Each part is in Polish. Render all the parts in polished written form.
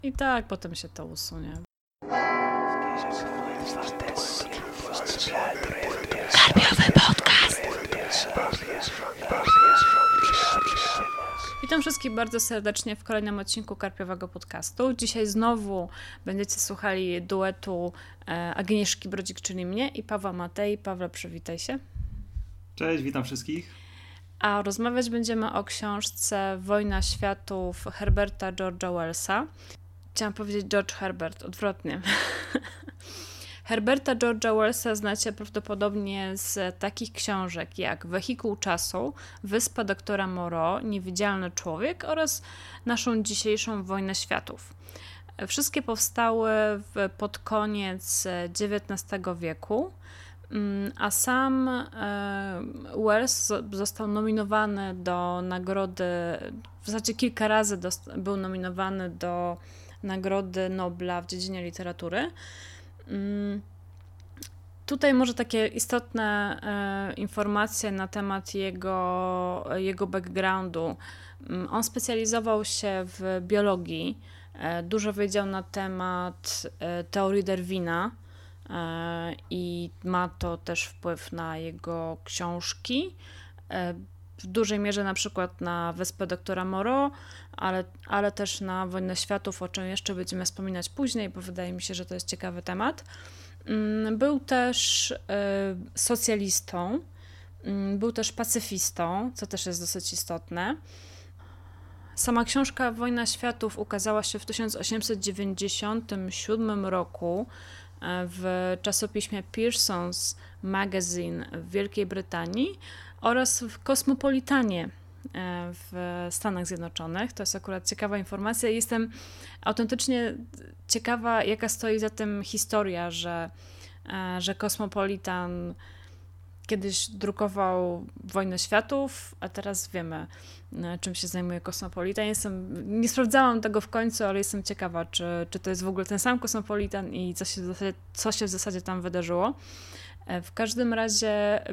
I tak potem się to usunie. Karpiowy podcast. Witam wszystkich bardzo serdecznie w kolejnym odcinku Karpiowego Podcastu. Dzisiaj znowu będziecie słuchali duetu Agnieszki Brodzik, czyli mnie, i Pawła Matei. Pawle, przywitaj się. Cześć, witam wszystkich. A rozmawiać będziemy o książce Wojna Światów Herberta George'a Wellsa. Chciałam powiedzieć George Herbert, odwrotnie. Herberta George'a Wellsa znacie prawdopodobnie z takich książek jak Wehikuł Czasu, Wyspa doktora Moreau, Niewidzialny człowiek oraz naszą dzisiejszą Wojnę Światów. Wszystkie powstały pod koniec XIX wieku, a sam Wells został nominowany do nagrody, w zasadzie kilka razy był nominowany do Nagrody Nobla w dziedzinie literatury. Tutaj może takie istotne informacje na temat jego backgroundu. On specjalizował się w biologii, dużo wiedział na temat teorii Darwina i ma to też wpływ na jego książki. W dużej mierze na przykład na Wyspę doktora Moreau, ale też na Wojnę Światów, o czym jeszcze będziemy wspominać później, bo wydaje mi się, że to jest ciekawy temat. Był też socjalistą, był też pacyfistą, co też jest dosyć istotne. Sama książka Wojna Światów ukazała się w 1897 roku w czasopiśmie Pearson's Magazine w Wielkiej Brytanii oraz w Kosmopolitanie w Stanach Zjednoczonych. To jest akurat ciekawa informacja. Jestem autentycznie ciekawa, jaka stoi za tym historia, że Kosmopolitan kiedyś drukował Wojnę Światów, a teraz wiemy, czym się zajmuje Kosmopolitan. Nie sprawdzałam tego w końcu, ale jestem ciekawa, czy to jest w ogóle ten sam Kosmopolitan i co się w zasadzie tam wydarzyło. W każdym razie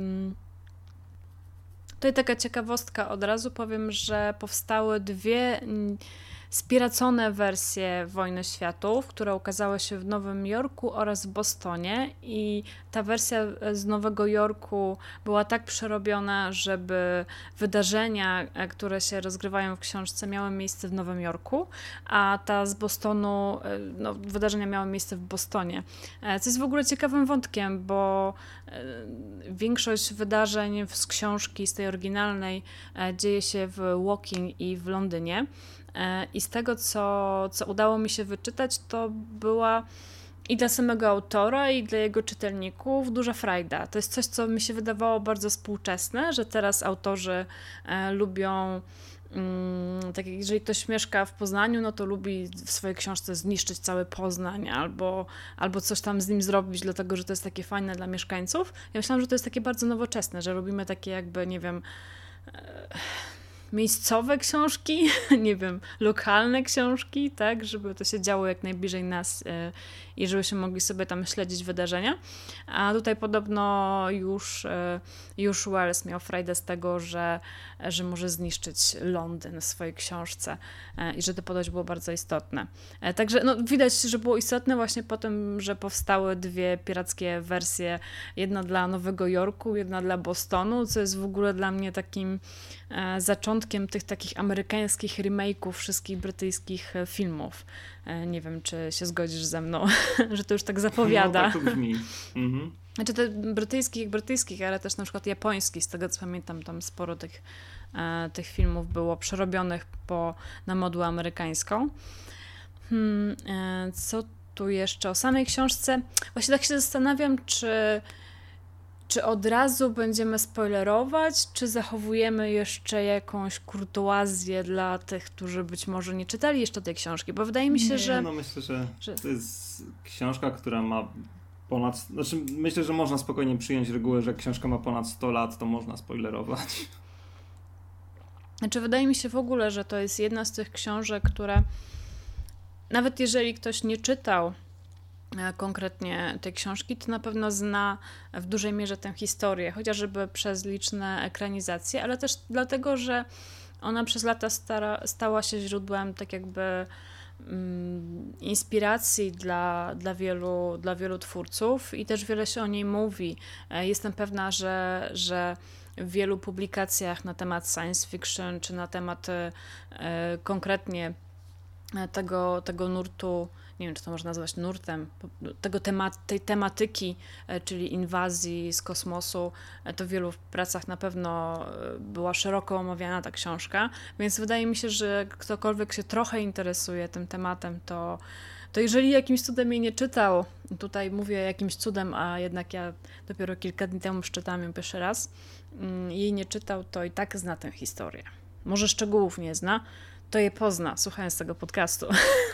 tutaj taka ciekawostka, od razu powiem, że powstały dwie spiracone wersje Wojny Światów, które ukazały się w Nowym Jorku oraz w Bostonie, i ta wersja z Nowego Jorku była tak przerobiona, żeby wydarzenia, które się rozgrywają w książce, miały miejsce w Nowym Jorku, a ta z Bostonu, wydarzenia miały miejsce w Bostonie. Co jest w ogóle ciekawym wątkiem, bo większość wydarzeń z książki, z tej oryginalnej, dzieje się w Woking i w Londynie. I z tego, co udało mi się wyczytać, to była i dla samego autora, i dla jego czytelników duża frajda. To jest coś, co mi się wydawało bardzo współczesne, że teraz autorzy lubią, tak jak jeżeli ktoś mieszka w Poznaniu, no to lubi w swojej książce zniszczyć cały Poznań albo coś tam z nim zrobić, dlatego że to jest takie fajne dla mieszkańców. Ja myślałam, że to jest takie bardzo nowoczesne, że robimy takie jakby, nie wiem, miejscowe książki, nie wiem, lokalne książki, tak, żeby to się działo jak najbliżej nas i żebyśmy mogli sobie tam śledzić wydarzenia. A tutaj podobno już Wells miał frajdę z tego, że może zniszczyć Londyn w swojej książce i że to ponoć było bardzo istotne. Także widać, że było istotne właśnie po tym, że powstały dwie pirackie wersje, jedna dla Nowego Jorku, jedna dla Bostonu, co jest w ogóle dla mnie takim zaczątkiem tych takich amerykańskich remake'ów wszystkich brytyjskich filmów. Nie wiem, czy się zgodzisz ze mną, że to już tak zapowiada. No, tak to brzmi. Mhm. Znaczy te brytyjskich, ale też na przykład japońskich, z tego co pamiętam, tam sporo tych filmów było przerobionych na modułę amerykańską. Co tu jeszcze o samej książce? Właśnie tak się zastanawiam, czy od razu będziemy spoilerować, czy zachowujemy jeszcze jakąś kurtuazję dla tych, którzy być może nie czytali jeszcze tej książki, bo wydaje mi się, że... myślę, że to jest książka, która ma myślę, że można spokojnie przyjąć regułę, że jak książka ma ponad 100 lat, to można spoilerować. Znaczy, wydaje mi się w ogóle, że to jest jedna z tych książek, które nawet jeżeli ktoś nie czytał konkretnie tej książki, to na pewno zna w dużej mierze tę historię, chociażby przez liczne ekranizacje, ale też dlatego, że ona przez lata stała się źródłem tak jakby inspiracji dla wielu twórców i też wiele się o niej mówi. Jestem pewna, że w wielu publikacjach na temat science fiction, czy na temat konkretnie tego nurtu, nie wiem, czy to można nazwać nurtem, tej tematyki, czyli inwazji z kosmosu, to w wielu pracach na pewno była szeroko omawiana ta książka, więc wydaje mi się, że ktokolwiek się trochę interesuje tym tematem, to jeżeli jakimś cudem jej nie czytał, tutaj mówię jakimś cudem, a jednak ja dopiero kilka dni temu przeczytałam ją pierwszy raz, jej nie czytał, to i tak zna tę historię. Może szczegółów nie zna, to je pozna, słuchając tego podcastu.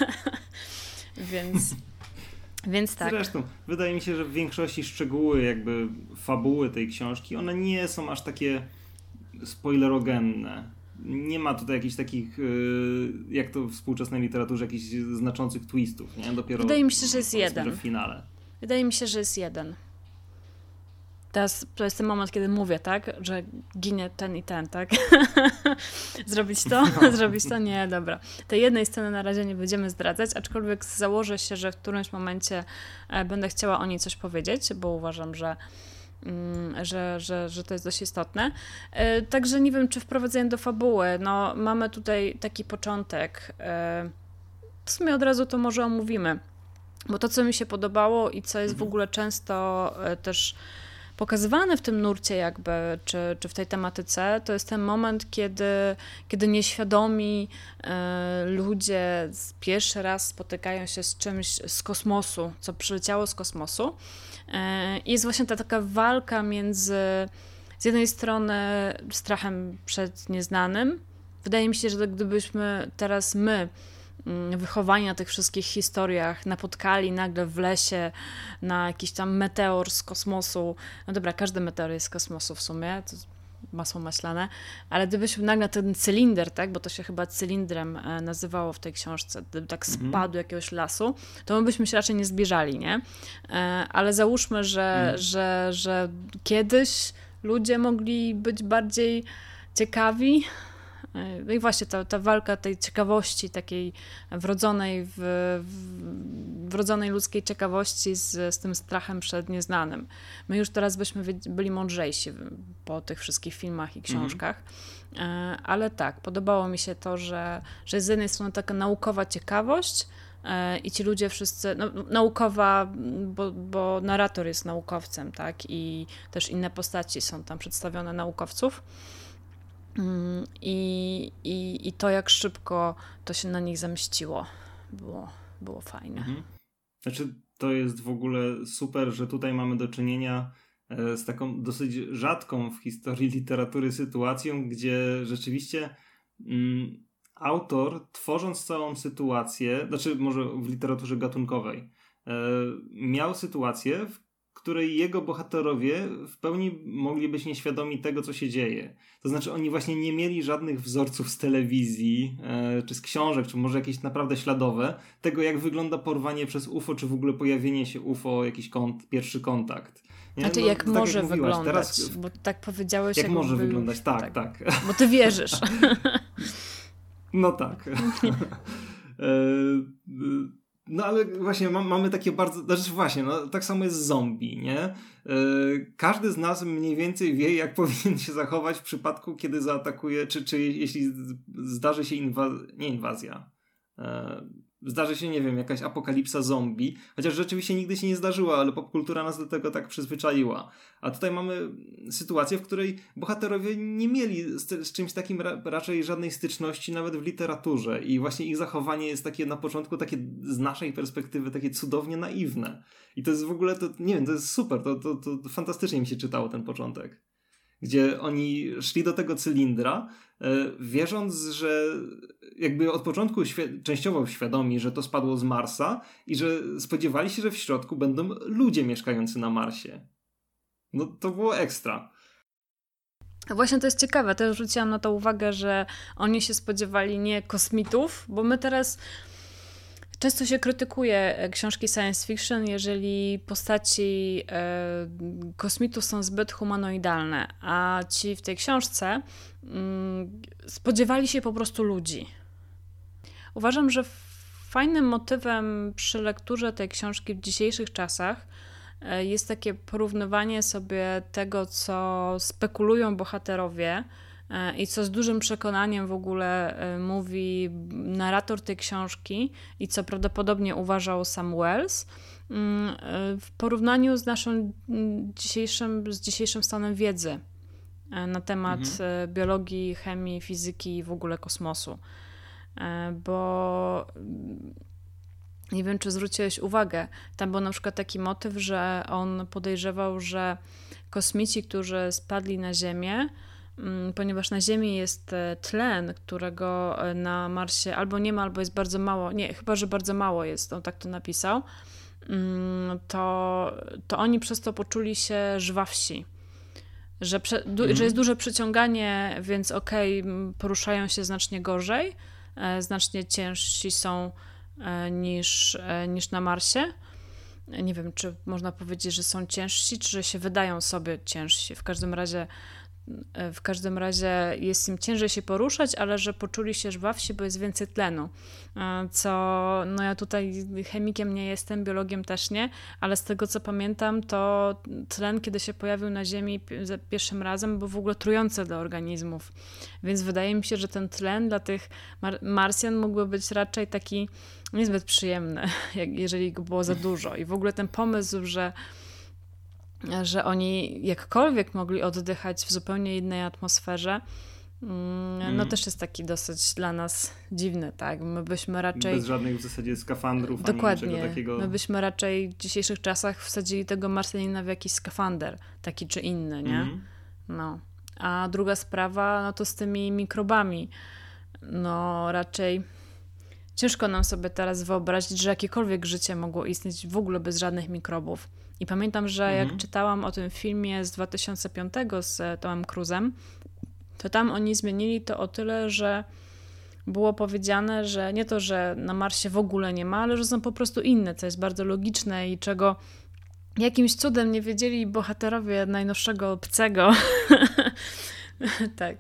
Więc tak. Zresztą, wydaje mi się, że w większości szczegóły jakby fabuły tej książki, one nie są aż takie spoilerogenne. Nie ma tutaj jakichś takich, jak to w współczesnej literaturze, jakichś znaczących twistów, nie? Dopiero wydaje mi się, że jest jeden. W finale. Wydaje mi się, że jest jeden. Teraz to jest ten moment, kiedy mówię, tak? Że ginie ten i ten, tak? Zrobić to? No. Zrobić to? Nie, dobra. Tej jednej sceny na razie nie będziemy zdradzać, aczkolwiek założę się, że w którymś momencie będę chciała o niej coś powiedzieć, bo uważam, że to jest dość istotne. Także nie wiem, czy wprowadzenie do fabuły. No, mamy tutaj taki początek. W sumie od razu to może omówimy. Bo to, co mi się podobało i co jest w ogóle często też pokazywane w tym nurcie jakby, czy w tej tematyce, to jest ten moment, kiedy nieświadomi ludzie pierwszy raz spotykają się z czymś z kosmosu, co przyleciało z kosmosu. I jest właśnie ta taka walka między z jednej strony strachem przed nieznanym. Wydaje mi się, że gdybyśmy teraz wychowani na tych wszystkich historiach, napotkali nagle w lesie na jakiś tam meteor z kosmosu. No dobra, każdy meteor jest z kosmosu w sumie, to masło maślane, ale gdybyśmy nagle ten cylinder, tak, bo to się chyba cylindrem nazywało w tej książce, gdyby tak spadł do jakiegoś lasu, to my byśmy się raczej nie zbliżali, nie? Ale załóżmy, że kiedyś ludzie mogli być bardziej ciekawi. No i właśnie ta walka tej ciekawości, takiej wrodzonej ludzkiej ciekawości z tym strachem przed nieznanym. My już teraz byśmy byli mądrzejsi po tych wszystkich filmach i książkach, ale tak, podobało mi się to, że jest z jednej strony taka naukowa ciekawość i ci ludzie wszyscy, no, naukowa, bo narrator jest naukowcem, tak, i też inne postaci są tam przedstawione naukowców. I to, jak szybko to się na nich zamieściło, było fajne. Znaczy, to jest w ogóle super, że tutaj mamy do czynienia z taką dosyć rzadką w historii literatury sytuacją, gdzie rzeczywiście autor, tworząc całą sytuację, znaczy może w literaturze gatunkowej, miał sytuację, w której jego bohaterowie w pełni mogli być nieświadomi tego, co się dzieje. To znaczy oni właśnie nie mieli żadnych wzorców z telewizji, czy z książek, czy może jakieś naprawdę śladowe, tego jak wygląda porwanie przez UFO, czy w ogóle pojawienie się UFO, jakiś pierwszy kontakt. Nie? Znaczy jak tak może jak wyglądać, teraz, bo tak powiedziałeś. Jak może wyglądać, tak. Bo ty wierzysz. No tak. No ale właśnie mamy takie bardzo, znaczy właśnie, no tak samo jest z zombie, nie? Każdy z nas mniej więcej wie, jak powinien się zachować w przypadku, kiedy zaatakuje, czy jeśli zdarzy się inwazja. Zdarzy się, nie wiem, jakaś apokalipsa zombie, chociaż rzeczywiście nigdy się nie zdarzyła, ale popkultura nas do tego tak przyzwyczaiła. A tutaj mamy sytuację, w której bohaterowie nie mieli z czymś takim raczej żadnej styczności, nawet w literaturze. I właśnie ich zachowanie jest takie na początku, takie z naszej perspektywy, takie cudownie naiwne. I to jest w ogóle, to nie wiem, to jest super, to fantastycznie mi się czytało ten początek. Gdzie oni szli do tego cylindra, wierząc, że jakby od początku częściowo świadomi, że to spadło z Marsa i że spodziewali się, że w środku będą ludzie mieszkający na Marsie. No to było ekstra. Właśnie to jest ciekawe, też zwróciłam na to uwagę, że oni się spodziewali nie kosmitów, bo my teraz często się krytykuje książki science fiction, jeżeli postaci kosmitów są zbyt humanoidalne, a ci w tej książce spodziewali się po prostu ludzi. Uważam, że fajnym motywem przy lekturze tej książki w dzisiejszych czasach jest takie porównywanie sobie tego, co spekulują bohaterowie i co z dużym przekonaniem w ogóle mówi narrator tej książki i co prawdopodobnie uważał Sam Wells, w porównaniu z naszym dzisiejszym stanem wiedzy na temat biologii, chemii, fizyki i w ogóle kosmosu. Bo nie wiem, czy zwróciłeś uwagę, tam był na przykład taki motyw, że on podejrzewał, że kosmici, którzy spadli na Ziemię, ponieważ na Ziemi jest tlen, którego na Marsie albo nie ma, albo jest bardzo mało, nie, chyba, że bardzo mało jest, on tak to napisał, to oni przez to poczuli się żwawsi. Że jest duże przyciąganie, więc poruszają się znacznie gorzej, znacznie ciężsi są niż na Marsie. Nie wiem, czy można powiedzieć, że są ciężsi, czy że się wydają sobie ciężsi. W każdym razie jest im ciężej się poruszać, ale że poczuli się żwawsi, bo jest więcej tlenu. No ja tutaj chemikiem nie jestem, biologiem też nie, ale z tego co pamiętam, to tlen, kiedy się pojawił na Ziemi za pierwszym razem, był w ogóle trujący dla organizmów. Więc wydaje mi się, że ten tlen dla tych Marsjan mógłby być raczej taki niezbyt przyjemny, jeżeli go było za dużo. I w ogóle ten pomysł, że oni jakkolwiek mogli oddychać w zupełnie innej atmosferze, no też jest taki dosyć dla nas dziwny, tak? My byśmy raczej... Bez żadnych w zasadzie skafandrów, dokładnie, ani niczego takiego. My byśmy raczej w dzisiejszych czasach wsadzili tego Marsjanina w jakiś skafander, taki czy inny, nie? No. A druga sprawa, no to z tymi mikrobami. No raczej ciężko nam sobie teraz wyobrazić, że jakiekolwiek życie mogło istnieć w ogóle bez żadnych mikrobów. I pamiętam, że jak czytałam o tym filmie z 2005 z Tomem Cruise'em, to tam oni zmienili to o tyle, że było powiedziane, że nie to, że na Marsie w ogóle nie ma, ale że są po prostu inne, co jest bardzo logiczne i czego jakimś cudem nie wiedzieli bohaterowie najnowszego Pcego. Tak.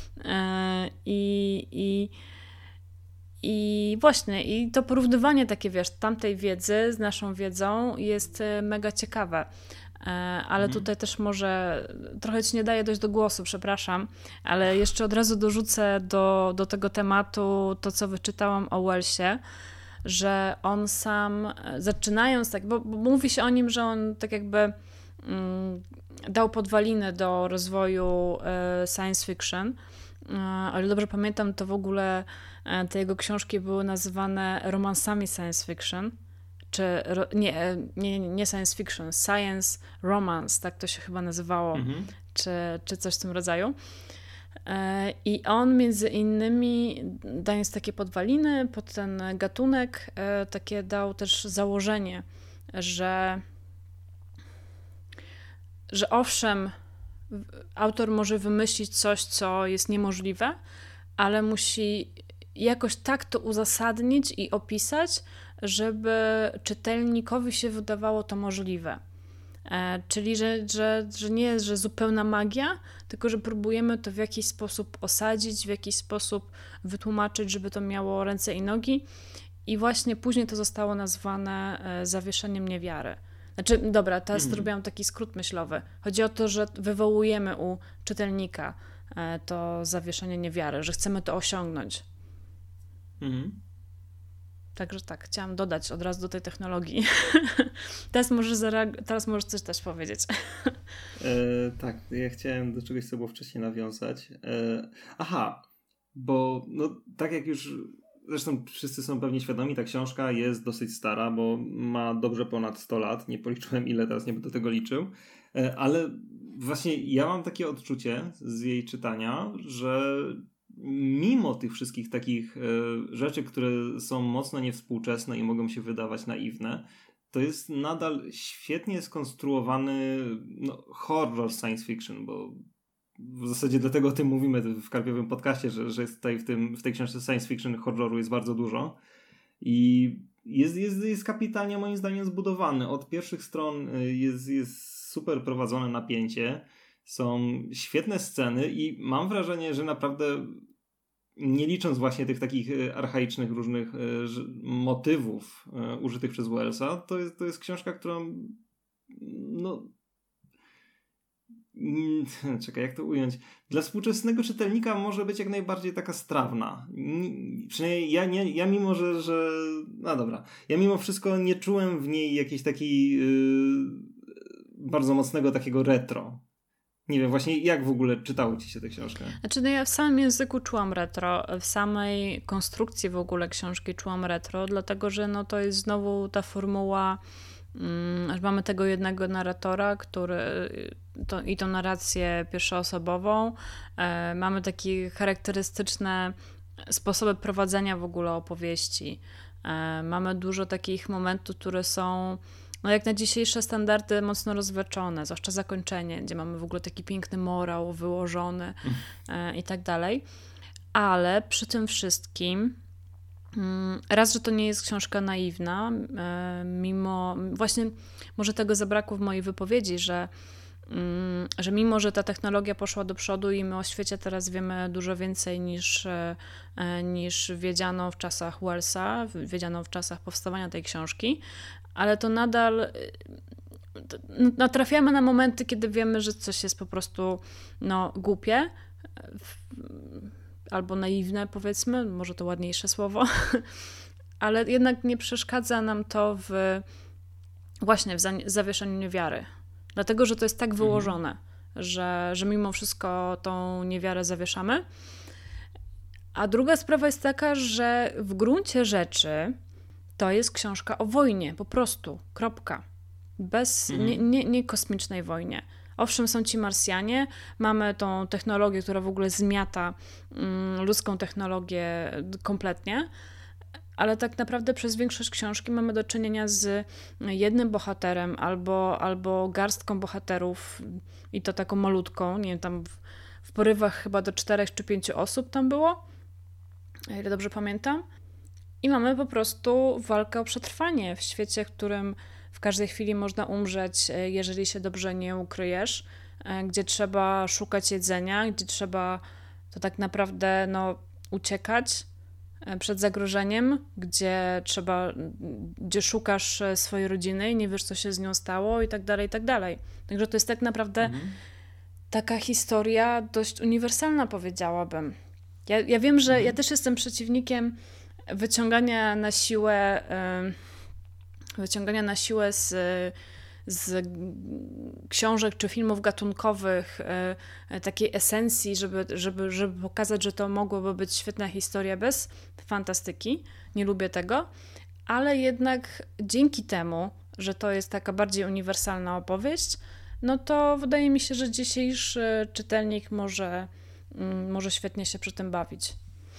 I właśnie, i to porównywanie takie, wiesz, tamtej wiedzy z naszą wiedzą jest mega ciekawe. Ale tutaj też może, trochę ci nie daję dojść do głosu, przepraszam, ale jeszcze od razu dorzucę do tego tematu to, co wyczytałam o Wellsie, że on sam, zaczynając tak, bo mówi się o nim, że on tak jakby dał podwaliny do rozwoju science fiction. Ale dobrze pamiętam, to w ogóle te jego książki były nazywane romansami science fiction, czy nie science fiction, science romance, tak to się chyba nazywało, czy coś w tym rodzaju. I on między innymi, dając takie podwaliny pod ten gatunek, takie dał też założenie, że owszem, autor może wymyślić coś, co jest niemożliwe, ale musi jakoś tak to uzasadnić i opisać, żeby czytelnikowi się wydawało to możliwe. Czyli, że nie jest, że zupełna magia, tylko że próbujemy to w jakiś sposób osadzić, w jakiś sposób wytłumaczyć, żeby to miało ręce i nogi. I właśnie później to zostało nazwane zawieszeniem niewiary. Znaczy, dobra, teraz zrobiłam taki skrót myślowy. Chodzi o to, że wywołujemy u czytelnika to zawieszenie niewiary, że chcemy to osiągnąć. Także tak, chciałam dodać od razu do tej technologii. Teraz możesz coś też powiedzieć. Tak, ja chciałem do czegoś, co było wcześniej nawiązać. Bo no, tak jak już zresztą wszyscy są pewnie świadomi, ta książka jest dosyć stara, bo ma dobrze ponad 100 lat. Nie policzyłem ile, teraz nie będę tego liczył. Ale właśnie ja mam takie odczucie z jej czytania, że mimo tych wszystkich takich rzeczy, które są mocno niewspółczesne i mogą się wydawać naiwne, to jest nadal świetnie skonstruowany horror science fiction, bo w zasadzie dlatego o tym mówimy w Karpiowym podcaście, że jest tutaj w tej książce science fiction horroru jest bardzo dużo i jest kapitalnie moim zdaniem zbudowany. Od pierwszych stron jest super prowadzone napięcie, są świetne sceny i mam wrażenie, że naprawdę nie licząc właśnie tych takich archaicznych różnych motywów użytych przez Wellsa, to jest książka, która no czekaj, jak to ująć? Dla współczesnego czytelnika może być jak najbardziej taka strawna. Przynajmniej ja mimo, że no dobra, ja mimo wszystko nie czułem w niej jakiejś takiej bardzo mocnego takiego retro. Nie wiem, właśnie jak w ogóle czytało ci się tę książkę? Znaczy, no ja w samym języku czułam retro, w samej konstrukcji w ogóle książki czułam retro, dlatego, że no to jest znowu ta formuła, że mamy tego jednego narratora, który i tą narrację pierwszoosobową. Mamy takie charakterystyczne sposoby prowadzenia w ogóle opowieści. Mamy dużo takich momentów, które są no jak na dzisiejsze standardy mocno rozwleczone, zwłaszcza zakończenie, gdzie mamy w ogóle taki piękny morał wyłożony i tak dalej. Ale przy tym wszystkim raz, że to nie jest książka naiwna, mimo właśnie może tego zabrakło w mojej wypowiedzi, że mimo, że ta technologia poszła do przodu i my o świecie teraz wiemy dużo więcej niż wiedziano w czasach Wellsa, wiedziano w czasach powstawania tej książki, ale to nadal natrafiamy na momenty, kiedy wiemy, że coś jest po prostu głupie albo naiwne, powiedzmy, może to ładniejsze słowo, ale jednak nie przeszkadza nam to właśnie w zawieszeniu niewiary. Dlatego, że to jest tak wyłożone, że mimo wszystko tą niewiarę zawieszamy. A druga sprawa jest taka, że w gruncie rzeczy to jest książka o wojnie, po prostu, kropka. Nie kosmicznej wojnie. Owszem, są ci Marsjanie, mamy tą technologię, która w ogóle zmiata ludzką technologię kompletnie, ale tak naprawdę przez większość książki mamy do czynienia z jednym bohaterem albo garstką bohaterów i to taką malutką, nie wiem, tam w porywach chyba do 4 czy 5 osób tam było, o ile dobrze pamiętam. I mamy po prostu walkę o przetrwanie w świecie, w którym w każdej chwili można umrzeć, jeżeli się dobrze nie ukryjesz, gdzie trzeba szukać jedzenia, gdzie trzeba to tak naprawdę uciekać przed zagrożeniem, gdzie szukasz swojej rodziny i nie wiesz, co się z nią stało i tak dalej, i tak dalej. Także to jest tak naprawdę taka historia dość uniwersalna, powiedziałabym. Ja wiem, że ja też jestem przeciwnikiem wyciągania na siłę z książek czy filmów gatunkowych takiej esencji, żeby pokazać, że to mogłoby być świetna historia bez fantastyki. Nie lubię tego, ale jednak dzięki temu, że to jest taka bardziej uniwersalna opowieść, no to wydaje mi się, że dzisiejszy czytelnik może świetnie się przy tym bawić.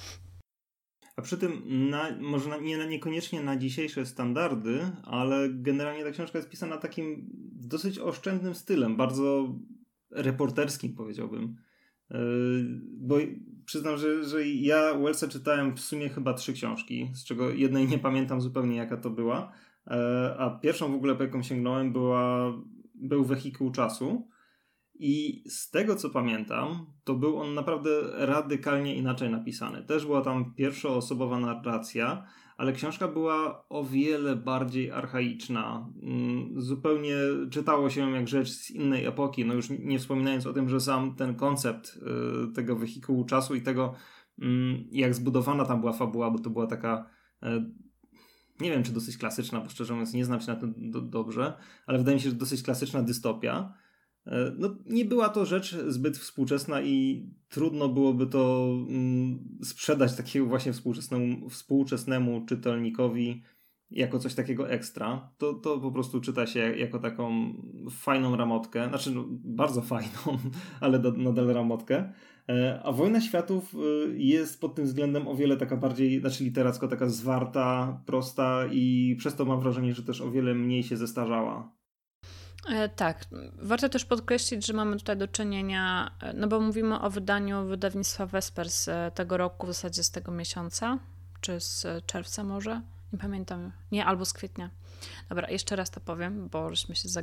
A przy tym może niekoniecznie na dzisiejsze standardy, ale generalnie ta książka jest pisana takim dosyć oszczędnym stylem, bardzo reporterskim, powiedziałbym. Bo przyznam, że ja Wellsa czytałem w sumie chyba 3 książki, z czego jednej nie pamiętam zupełnie, jaka to była, a pierwszą w ogóle, po jaką sięgnąłem, był Wehikuł czasu. I z tego, co pamiętam, to był on naprawdę radykalnie inaczej napisany. Też była tam pierwszoosobowa narracja, ale książka była o wiele bardziej archaiczna. Zupełnie czytało się jak rzecz z innej epoki. No już nie wspominając o tym, że sam ten koncept tego wehikułu czasu i tego, jak zbudowana tam była fabuła, bo to była taka... nie wiem, czy dosyć klasyczna, bo szczerze mówiąc nie znam się na tym dobrze, ale wydaje mi się, że dosyć klasyczna dystopia. No, nie była to rzecz zbyt współczesna i trudno byłoby to sprzedać takiego właśnie współczesnemu czytelnikowi jako coś takiego ekstra. To po prostu czyta się jako taką fajną ramotkę, znaczy bardzo fajną, ale nadal ramotkę. A Wojna Światów jest pod tym względem o wiele taka bardziej, znaczy literacko taka zwarta, prosta i przez to mam wrażenie, że też o wiele mniej się zestarzała. Tak, warto też podkreślić, że mamy tutaj do czynienia, no bo mówimy o wydaniu wydawnictwa Vespers z tego roku, w zasadzie z tego miesiąca, czy z czerwca może, nie pamiętam, nie, albo z kwietnia. Dobra, jeszcze raz to powiem, bo żeśmy się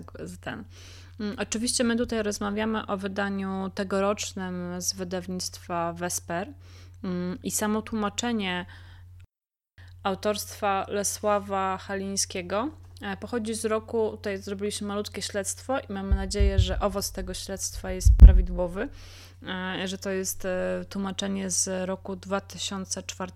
Oczywiście my tutaj rozmawiamy o wydaniu tegorocznym z wydawnictwa Vesper, I samo tłumaczenie autorstwa Lesława Halińskiego pochodzi z roku, tutaj zrobiliśmy malutkie śledztwo i mamy nadzieję, że owoc tego śledztwa jest prawidłowy, że to jest tłumaczenie z roku 2004.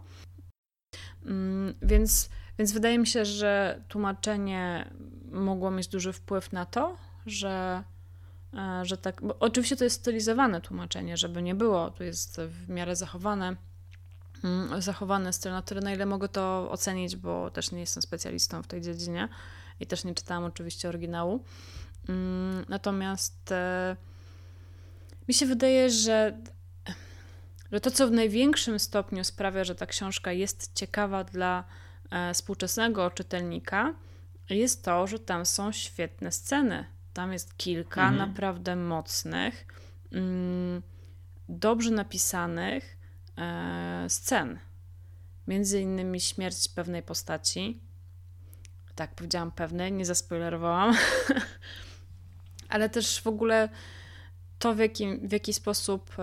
Więc wydaje mi się, że tłumaczenie mogło mieć duży wpływ na to, że tak, bo oczywiście to jest stylizowane tłumaczenie, żeby nie było, tu jest w miarę zachowany styl, na tyle, na ile mogę to ocenić, bo też nie jestem specjalistą w tej dziedzinie i też nie czytałam oczywiście oryginału. Natomiast mi się wydaje, że to, co w największym stopniu sprawia, że ta książka jest ciekawa dla współczesnego czytelnika, jest to, że tam są świetne sceny. Tam jest kilka naprawdę mocnych, dobrze napisanych scen. Między innymi śmierć pewnej postaci. Tak, powiedziałam pewnej, nie zaspoilerowałam. Ale też w ogóle to, w jaki sposób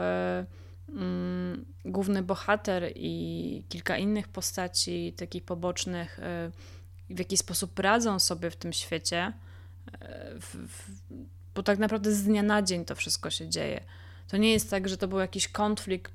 główny bohater i kilka innych postaci, takich pobocznych, w jaki sposób radzą sobie w tym świecie, bo tak naprawdę z dnia na dzień to wszystko się dzieje. To nie jest tak, że to był jakiś konflikt,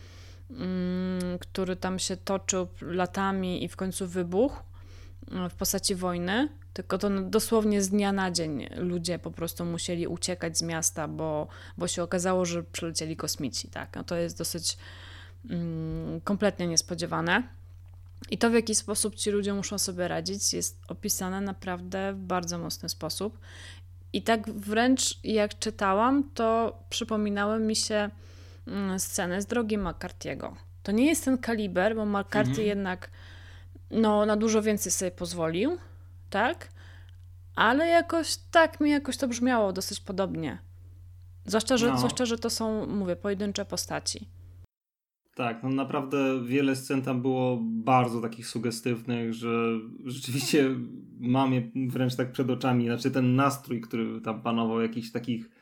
który tam się toczył latami i w końcu wybuchł w postaci wojny, tylko to dosłownie z dnia na dzień ludzie po prostu musieli uciekać z miasta, bo się okazało, że przylecieli kosmici. Tak? No to jest dosyć kompletnie niespodziewane. I to, w jaki sposób ci ludzie muszą sobie radzić, jest opisane naprawdę w bardzo mocny sposób. I tak wręcz jak czytałam, to przypominały mi się sceny z Drogi McCarthy'ego. To nie jest ten kaliber, bo McCarthy jednak na dużo więcej sobie pozwolił, tak? Ale jakoś to brzmiało dosyć podobnie. Zwłaszcza, że to są, mówię, pojedyncze postaci. Tak, naprawdę wiele scen tam było bardzo takich sugestywnych, że rzeczywiście mam je wręcz tak przed oczami. Znaczy ten nastrój, który tam panował, jakichś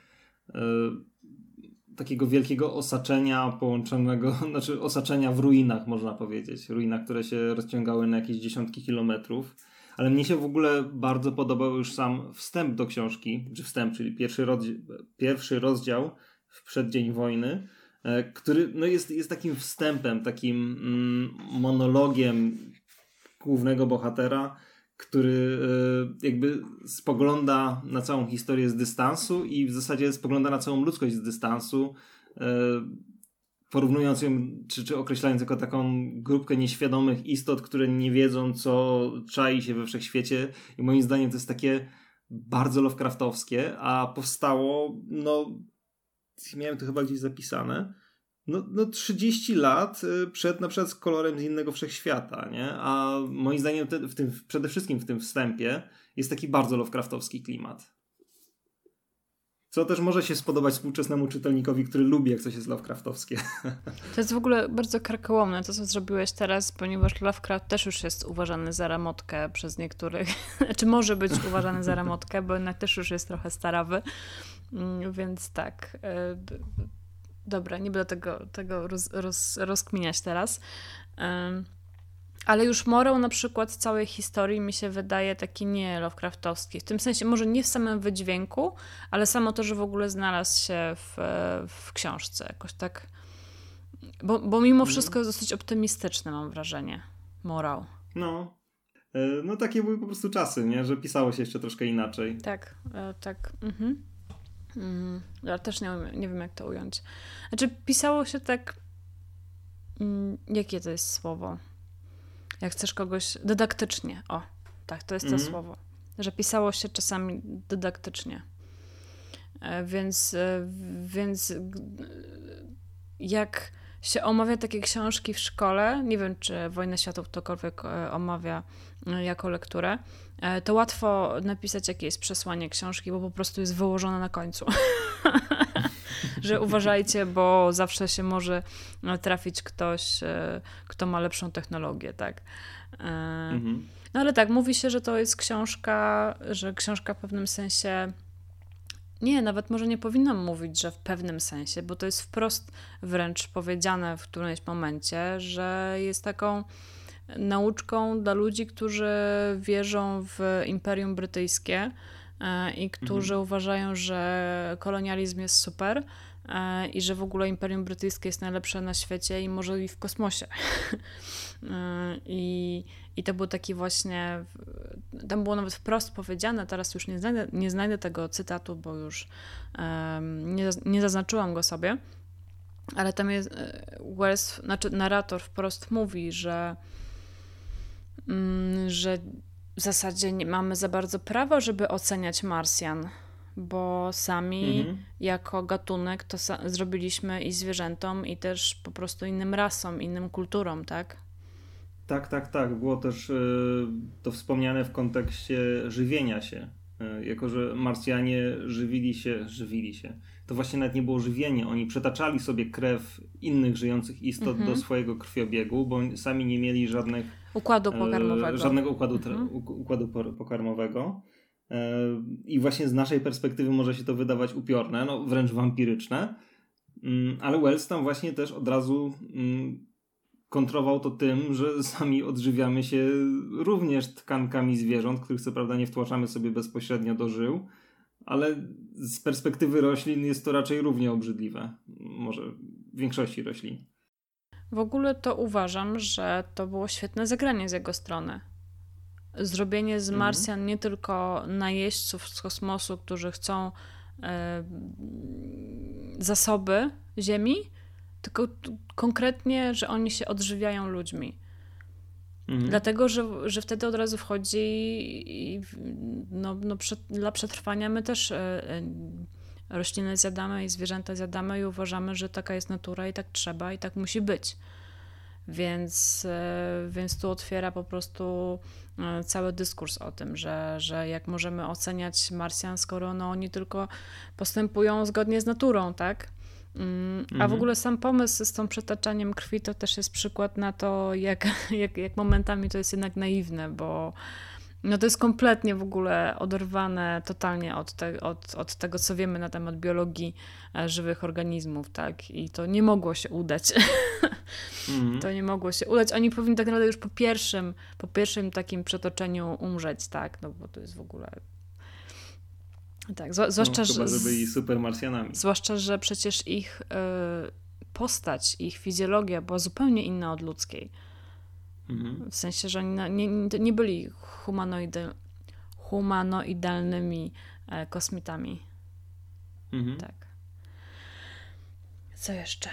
takiego wielkiego osaczenia połączonego, znaczy osaczenia w ruinach, można powiedzieć. Ruinach, które się rozciągały na jakieś dziesiątki kilometrów. Ale mnie się w ogóle bardzo podobał już sam wstęp do książki, czyli pierwszy rozdział w przeddzień wojny, który jest takim wstępem, takim monologiem głównego bohatera, który jakby spogląda na całą historię z dystansu i w zasadzie spogląda na całą ludzkość z dystansu, porównując ją, czy określając jako taką grupkę nieświadomych istot, które nie wiedzą, co czai się we wszechświecie. I moim zdaniem to jest takie bardzo Lovecraftowskie, a powstało, miałem to chyba gdzieś zapisane, 30 lat przed na przykład Kolorem z innego wszechświata, nie? A moim zdaniem przede wszystkim w tym wstępie jest taki bardzo Lovecraftowski klimat. Co też może się spodobać współczesnemu czytelnikowi, który lubi, jak coś jest Lovecraftowskie. To jest w ogóle bardzo karkołomne, to co zrobiłeś teraz, ponieważ Lovecraft też już jest uważany za ramotkę przez niektórych. Czy może być uważany za ramotkę, bo jednak też już jest trochę starawy. Więc tak. Dobra, nie będę tego rozkminiać teraz. Ale już morał na przykład całej historii mi się wydaje taki nie Lovecraftowski. W tym sensie może nie w samym wydźwięku, ale samo to, że w ogóle znalazł się w książce. Jakoś tak. Bo mimo wszystko jest dosyć optymistyczny, mam wrażenie. Morał. Takie były po prostu czasy, nie? Że pisało się jeszcze troszkę inaczej. Tak. Ja też nie wiem, jak to ująć. Znaczy, pisało się tak... Jakie to jest słowo? Jak chcesz kogoś... Dydaktycznie. O, tak, to jest to słowo. Że pisało się czasami dydaktycznie. Więc jak się omawia takie książki w szkole, nie wiem, czy Wojnę Światów ktokolwiek omawia jako lekturę, to łatwo napisać, jakie jest przesłanie książki, bo po prostu jest wyłożone na końcu. Że uważajcie, bo zawsze się może trafić ktoś, kto ma lepszą technologię, tak. No ale tak, mówi się, że to jest książka w pewnym sensie Nie, nawet może nie powinnam mówić, że w pewnym sensie, bo to jest wprost wręcz powiedziane w którymś momencie, że jest taką nauczką dla ludzi, którzy wierzą w Imperium Brytyjskie i którzy uważają, że kolonializm jest super i że w ogóle Imperium Brytyjskie jest najlepsze na świecie i może i w kosmosie. I to był taki właśnie, tam było nawet wprost powiedziane, teraz już nie znajdę tego cytatu, bo już nie zaznaczyłam go sobie, ale tam jest Wells, znaczy narrator wprost mówi, że w zasadzie nie mamy za bardzo prawa, żeby oceniać Marsjan, bo sami jako gatunek to zrobiliśmy i zwierzętom, i też po prostu innym rasom, innym kulturom, tak? Tak. Było też to wspomniane w kontekście żywienia się. Jako że Marsjanie żywili się. To właśnie nawet nie było żywienie. Oni przetaczali sobie krew innych żyjących istot do swojego krwiobiegu, bo sami nie mieli układu pokarmowego. Żadnego układu pokarmowego. I właśnie z naszej perspektywy może się to wydawać upiorne, no wręcz wampiryczne. Ale Wells tam właśnie też od razu kontrował to tym, że sami odżywiamy się również tkankami zwierząt, których co prawda nie wtłaczamy sobie bezpośrednio do żył, ale z perspektywy roślin jest to raczej równie obrzydliwe. Może w większości roślin. W ogóle to uważam, że to było świetne zagranie z jego strony. Zrobienie z Marsjan nie tylko najeźdźców z kosmosu, którzy chcą zasoby Ziemi, tylko konkretnie, że oni się odżywiają ludźmi. Dlatego, że wtedy od razu wchodzi i dla przetrwania my też rośliny zjadamy i zwierzęta zjadamy i uważamy, że taka jest natura i tak trzeba i tak musi być. Więc tu otwiera po prostu cały dyskurs o tym, że jak możemy oceniać Marsjan, skoro oni tylko postępują zgodnie z naturą, tak? A w ogóle sam pomysł z tym przetaczaniem krwi to też jest przykład na to, jak momentami to jest jednak naiwne, bo to jest kompletnie w ogóle oderwane totalnie od tego, co wiemy na temat biologii żywych organizmów, tak? I to nie mogło się udać. To nie mogło się udać. Oni powinni tak naprawdę już po pierwszym takim przetoczeniu umrzeć, tak? No bo to jest w ogóle... Tak, zwłaszcza, chyba, że byli supermarsjanami. Zwłaszcza, że przecież ich postać, ich fizjologia była zupełnie inna od ludzkiej. W sensie, że oni nie byli humanoidalnymi kosmitami. Tak. Co jeszcze?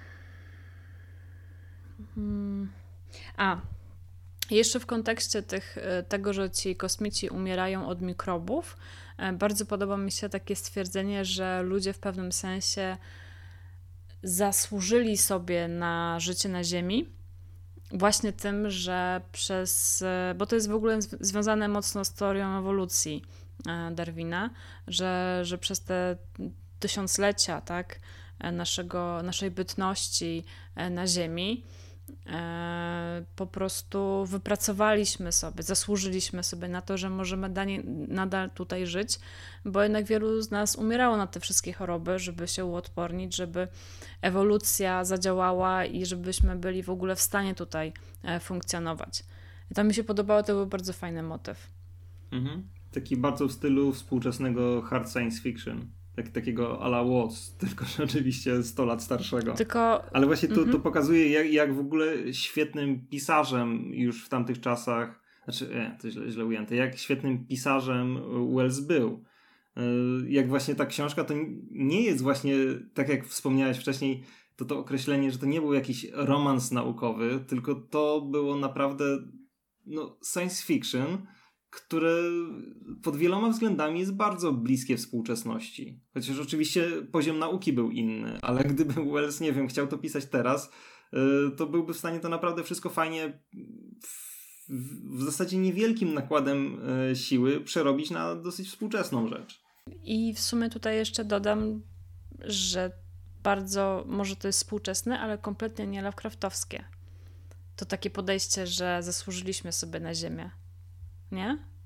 Jeszcze w kontekście tego, że ci kosmici umierają od mikrobów, bardzo podoba mi się takie stwierdzenie, że ludzie w pewnym sensie zasłużyli sobie na życie na Ziemi właśnie tym, że bo to jest w ogóle związane mocno z teorią ewolucji Darwina, że przez te tysiąclecia, tak, naszej bytności na Ziemi po prostu wypracowaliśmy sobie, zasłużyliśmy sobie na to, że możemy nadal tutaj żyć, bo jednak wielu z nas umierało na te wszystkie choroby, żeby się uodpornić, żeby ewolucja zadziałała i żebyśmy byli w ogóle w stanie tutaj funkcjonować. I to mi się podobało, to był bardzo fajny motyw. Taki bardzo w stylu współczesnego hard science fiction. Takiego à la Watts, tylko że oczywiście 100 lat starszego. Ale właśnie to pokazuje, jak w ogóle świetnym pisarzem już w tamtych czasach, to źle ujęte, jak świetnym pisarzem Wells był. Jak właśnie ta książka to nie jest właśnie, tak jak wspomniałeś wcześniej, to określenie, że to nie był jakiś romans naukowy, tylko to było naprawdę science fiction, które pod wieloma względami jest bardzo bliskie współczesności. Chociaż oczywiście poziom nauki był inny, ale gdyby Wells, nie wiem, chciał to pisać teraz, to byłby w stanie to naprawdę wszystko fajnie w zasadzie niewielkim nakładem siły przerobić na dosyć współczesną rzecz. I w sumie tutaj jeszcze dodam, że bardzo, może to jest współczesne, ale kompletnie nie Lovecraftowskie. To takie podejście, że zasłużyliśmy sobie na ziemię. Nie?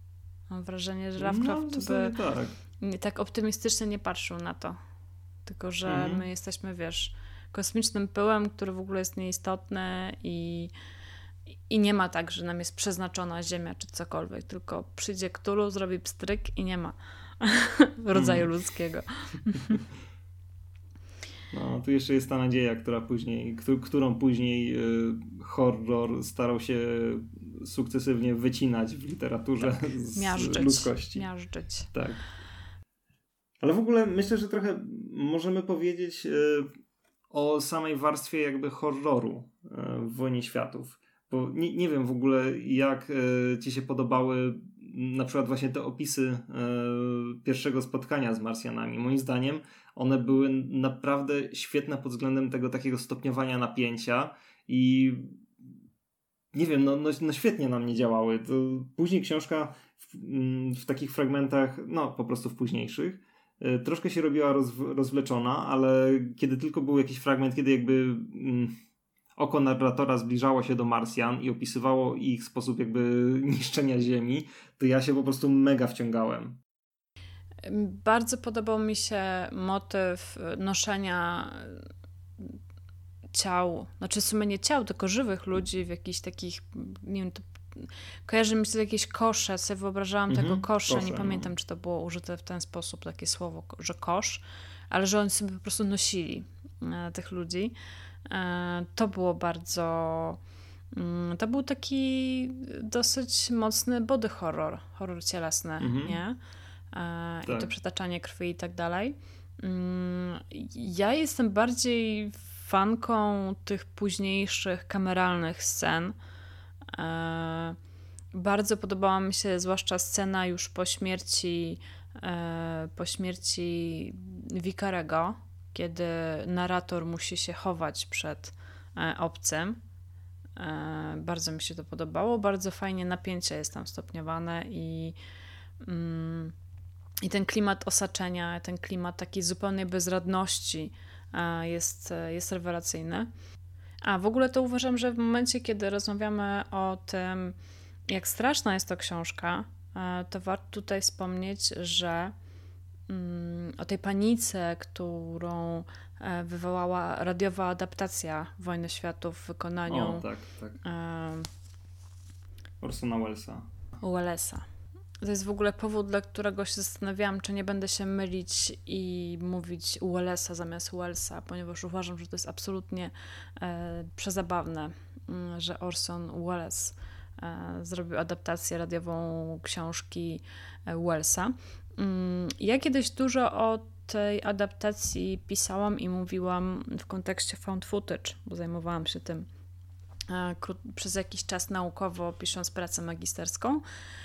Mam wrażenie, że Lovecraft by tak. tak optymistycznie nie patrzył na to. Tylko, że my jesteśmy, wiesz, kosmicznym pyłem, który w ogóle jest nieistotny i nie ma tak, że nam jest przeznaczona Ziemia czy cokolwiek, tylko przyjdzie Cthulhu, zrobi pstryk i nie ma rodzaju ludzkiego. No, tu jeszcze jest ta nadzieja, którą później horror starał się sukcesywnie wycinać w literaturze z ludzkości. Miażdżyć. Tak. Ale w ogóle myślę, że trochę możemy powiedzieć o samej warstwie jakby horroru w Wojnie Światów. Bo nie wiem w ogóle, jak ci się podobały na przykład właśnie te opisy pierwszego spotkania z Marsjanami. Moim zdaniem one były naprawdę świetne pod względem tego takiego stopniowania napięcia i nie wiem, no świetnie na mnie działały. To później książka w takich fragmentach, no po prostu w późniejszych, troszkę się robiła rozwleczona, ale kiedy tylko był jakiś fragment, kiedy jakby oko narratora zbliżało się do Marsjan i opisywało ich sposób jakby niszczenia Ziemi, to ja się po prostu mega wciągałem. Bardzo podobał mi się motyw noszenia ciał, znaczy w sumie nie ciał, tylko żywych ludzi w jakichś takich, nie wiem, kojarzy mi się jakieś kosze, sobie wyobrażałam tego kosza, nie pamiętam, czy to było użyte w ten sposób, takie słowo, że kosz, ale że oni sobie po prostu nosili tych ludzi. To było bardzo... To był taki dosyć mocny body horror cielesny, nie? I to przetaczanie krwi i tak dalej. Ja jestem bardziej fanką tych późniejszych kameralnych scen. Bardzo podobała mi się zwłaszcza scena już po śmierci Vicarego, kiedy narrator musi się chować przed obcym. Bardzo mi się to podobało. Bardzo fajnie napięcie jest tam stopniowane i ten klimat osaczenia, ten klimat takiej zupełnej bezradności jest rewelacyjny. A w ogóle to uważam, że w momencie, kiedy rozmawiamy o tym, jak straszna jest to książka, to warto tutaj wspomnieć, że o tej panice, którą wywołała radiowa adaptacja Wojny Światów w wykonaniu Orsona Wellesa. To jest w ogóle powód, dla którego się zastanawiałam, czy nie będę się mylić i mówić Wellesa zamiast Wellsa, ponieważ uważam, że to jest absolutnie przezabawne, że Orson Welles zrobił adaptację radiową książki Wellsa. Ja kiedyś dużo o tej adaptacji pisałam i mówiłam w kontekście found footage, bo zajmowałam się tym przez jakiś czas naukowo, pisząc pracę magisterską.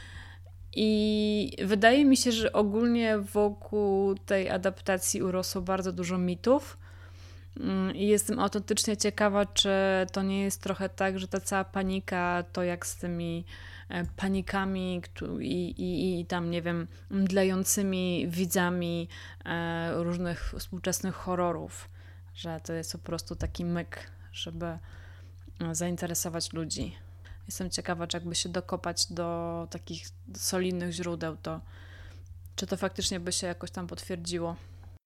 I wydaje mi się, że ogólnie wokół tej adaptacji urosło bardzo dużo mitów. I jestem autentycznie ciekawa, czy to nie jest trochę tak, że ta cała panika, to jak z tymi panikami i tam, nie wiem, mdlejącymi widzami różnych współczesnych horrorów, że to jest po prostu taki myk, żeby zainteresować ludzi. Jestem ciekawa, czy jakby się dokopać do takich solidnych źródeł, to czy to faktycznie by się jakoś tam potwierdziło.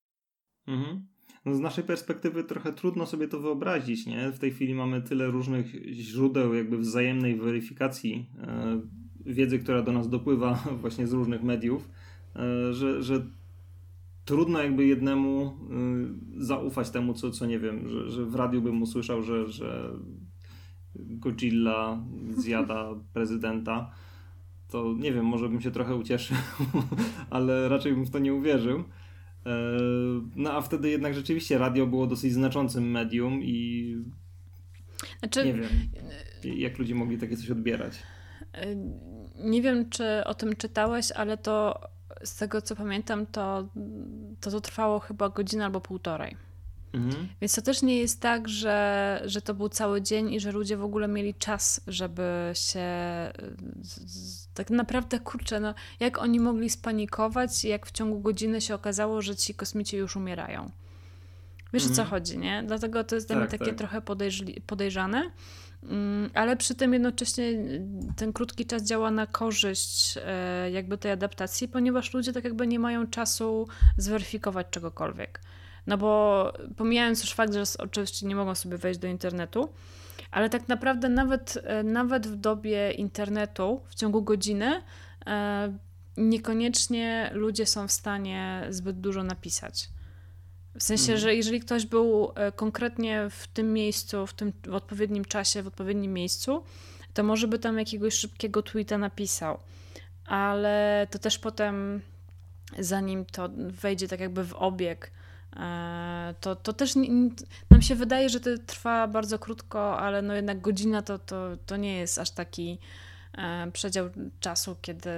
No z naszej perspektywy trochę trudno sobie to wyobrazić, nie? W tej chwili mamy tyle różnych źródeł jakby wzajemnej weryfikacji wiedzy, która do nas dopływa właśnie z różnych mediów, że trudno jakby jednemu zaufać temu, co nie wiem, że w radiu bym usłyszał, że Godzilla zjada prezydenta, to nie wiem, może bym się trochę ucieszył, ale raczej bym w to nie uwierzył. No a wtedy jednak rzeczywiście radio było dosyć znaczącym medium i nie wiem, jak ludzie mogli takie coś odbierać. Nie wiem, czy o tym czytałeś, ale to z tego, co pamiętam, to trwało chyba godzinę albo półtorej. Więc to też nie jest tak, że to był cały dzień i że ludzie w ogóle mieli czas, żeby się tak naprawdę, kurczę, no jak oni mogli spanikować, jak w ciągu godziny się okazało, że ci kosmici już umierają. Wiesz o co chodzi, nie? Dlatego to jest dla mnie takie trochę podejrzane, ale przy tym jednocześnie ten krótki czas działa na korzyść jakby tej adaptacji, ponieważ ludzie tak jakby nie mają czasu zweryfikować czegokolwiek. No bo pomijając już fakt, że oczywiście nie mogą sobie wejść do internetu, ale tak naprawdę nawet w dobie internetu w ciągu godziny niekoniecznie ludzie są w stanie zbyt dużo napisać. W sensie, że jeżeli ktoś był konkretnie w tym miejscu, w odpowiednim czasie, w odpowiednim miejscu, to może by tam jakiegoś szybkiego tweeta napisał. Ale to też potem, zanim to wejdzie tak jakby w obieg, to też nam się wydaje, że to trwa bardzo krótko, ale no jednak godzina to nie jest aż taki przedział czasu,